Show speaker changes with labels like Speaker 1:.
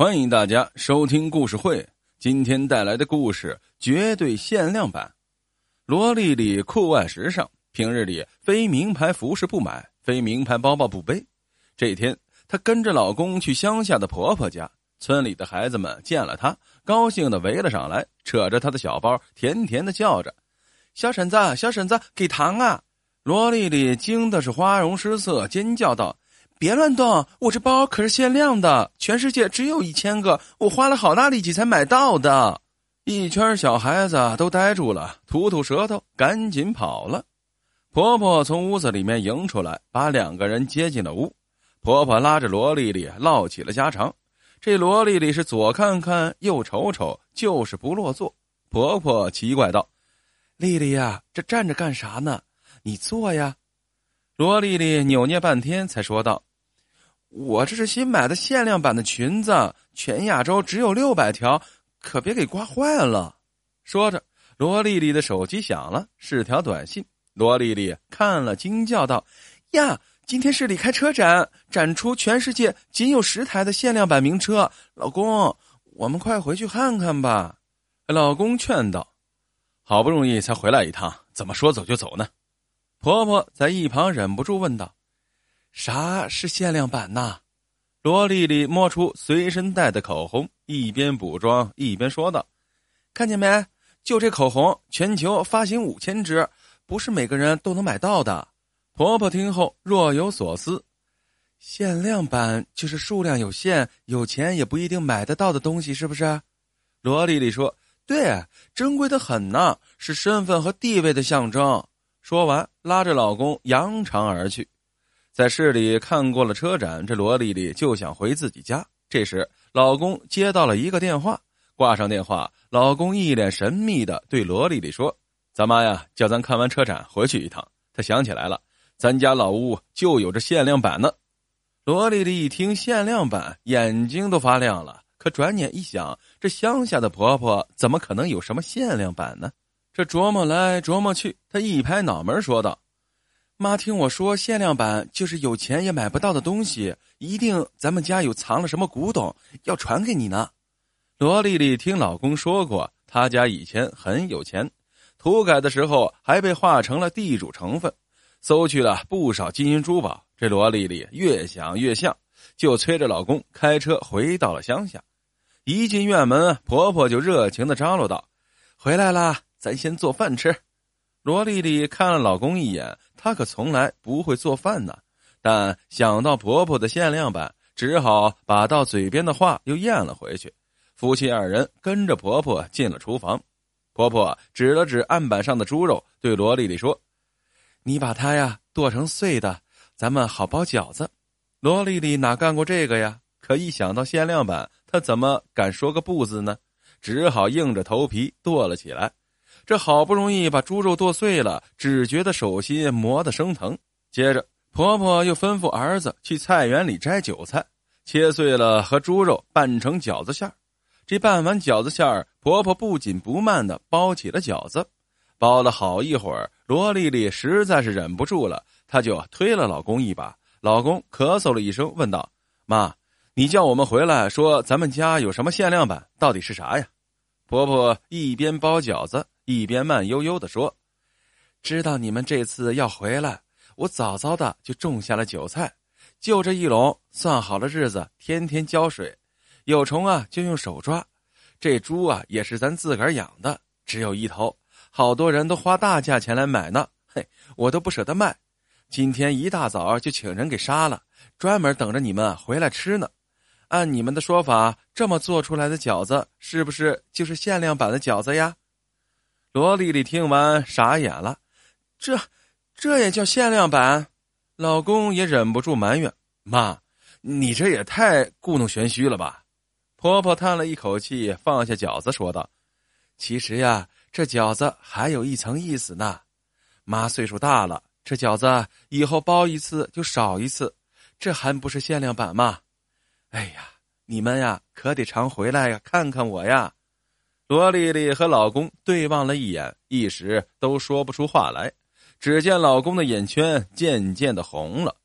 Speaker 1: 欢迎大家收听故事会。今天带来的故事绝对限量版。罗丽丽酷爱时尚，平日里非名牌服饰不买，非名牌包包不背。这天她跟着老公去乡下的婆婆家，村里的孩子们见了她，高兴地围了上来，扯着她的小包，甜甜地叫着：小婶子，小婶子，给糖啊！罗丽丽惊的是花容失色，尖叫道：别乱动，我这包可是限量的，全世界只有1000个，我花了好大力气才买到的。一圈小孩子都呆住了，吐吐舌头，赶紧跑了。婆婆从屋子里面迎出来，把2个人接进了屋。婆婆拉着罗丽丽唠起了家常。这罗丽丽是左看看右瞅瞅，就是不落座。婆婆奇怪道：丽丽呀，这站着干啥呢？你坐呀。罗丽丽扭捏半天才说道：我这是新买的限量版的裙子，全亚洲只有600条，可别给刮坏了。说着，罗丽丽的手机响了，是条短信。罗丽丽看了惊叫道：呀，今天市里开车展，展出全世界仅有10台的限量版名车，老公，我们快回去看看吧。老公劝道：好不容易才回来一趟，怎么说走就走呢？婆婆在一旁忍不住问道：啥是限量版呐？罗丽丽摸出随身带的口红，一边补妆一边说道：看见没，就这口红全球发行5000支，不是每个人都能买到的。婆婆听后若有所思：限量版就是数量有限，有钱也不一定买得到的东西，是不是？罗丽丽说：对，珍贵的很呢，是身份和地位的象征。说完拉着老公扬长而去。在市里看过了车展，这罗丽丽就想回自己家。这时老公接到了一个电话，挂上电话，老公一脸神秘地对罗丽丽说：咱妈呀，叫咱看完车展回去一趟，她想起来了，咱家老屋就有这限量版呢。罗丽丽一听限量版，眼睛都发亮了，可转眼一想，这乡下的婆婆怎么可能有什么限量版呢？这琢磨来琢磨去，她一拍脑门说道：妈听我说，限量版就是有钱也买不到的东西，一定咱们家有藏了什么古董，要传给你呢。罗丽丽听老公说过，她家以前很有钱，土改的时候还被划成了地主成分，搜去了不少金银珠宝。这罗丽丽越想越像，就催着老公开车回到了乡下。一进院门，婆婆就热情地张罗道：回来啦，咱先做饭吃。罗丽丽看了老公一眼，她可从来不会做饭呢，但想到婆婆的限量版，只好把到嘴边的话又咽了回去。夫妻2人跟着婆婆进了厨房。婆婆指了指案板上的猪肉，对罗丽丽说：你把它呀剁成碎的，咱们好包饺子。罗丽丽哪干过这个呀，可一想到限量版，她怎么敢说个不字呢？只好硬着头皮剁了起来。这好不容易把猪肉剁碎了，只觉得手心磨得生疼。接着婆婆又吩咐儿子去菜园里摘韭菜，切碎了和猪肉拌成饺子馅儿。这拌完饺子馅儿，婆婆不紧不慢地包起了饺子。包了好一会儿，罗丽丽实在是忍不住了，她就推了老公一把。老公咳嗽了一声，问道：妈，你叫我们回来说咱们家有什么限量版，到底是啥呀？婆婆一边包饺子一边慢悠悠地说：知道你们这次要回来，我早早的就种下了韭菜，就这一垄，算好了日子，天天浇水，有虫啊就用手抓。这猪啊也是咱自个儿养的，只有1头，好多人都花大价钱来买呢，嘿，我都不舍得卖。今天一大早就请人给杀了，专门等着你们回来吃呢。按你们的说法，这么做出来的饺子是不是就是限量版的饺子呀？罗丽丽听完傻眼了，这也叫限量版？老公也忍不住埋怨：妈，你这也太故弄玄虚了吧。婆婆叹了一口气，放下饺子说道：其实呀，这饺子还有一层意思呢。妈岁数大了，这饺子以后包一次就少一次，这还不是限量版吗？哎呀，你们呀可得常回来呀，看看我呀。罗丽丽和老公对望了一眼，一时都说不出话来。只见老公的眼圈渐渐的红了。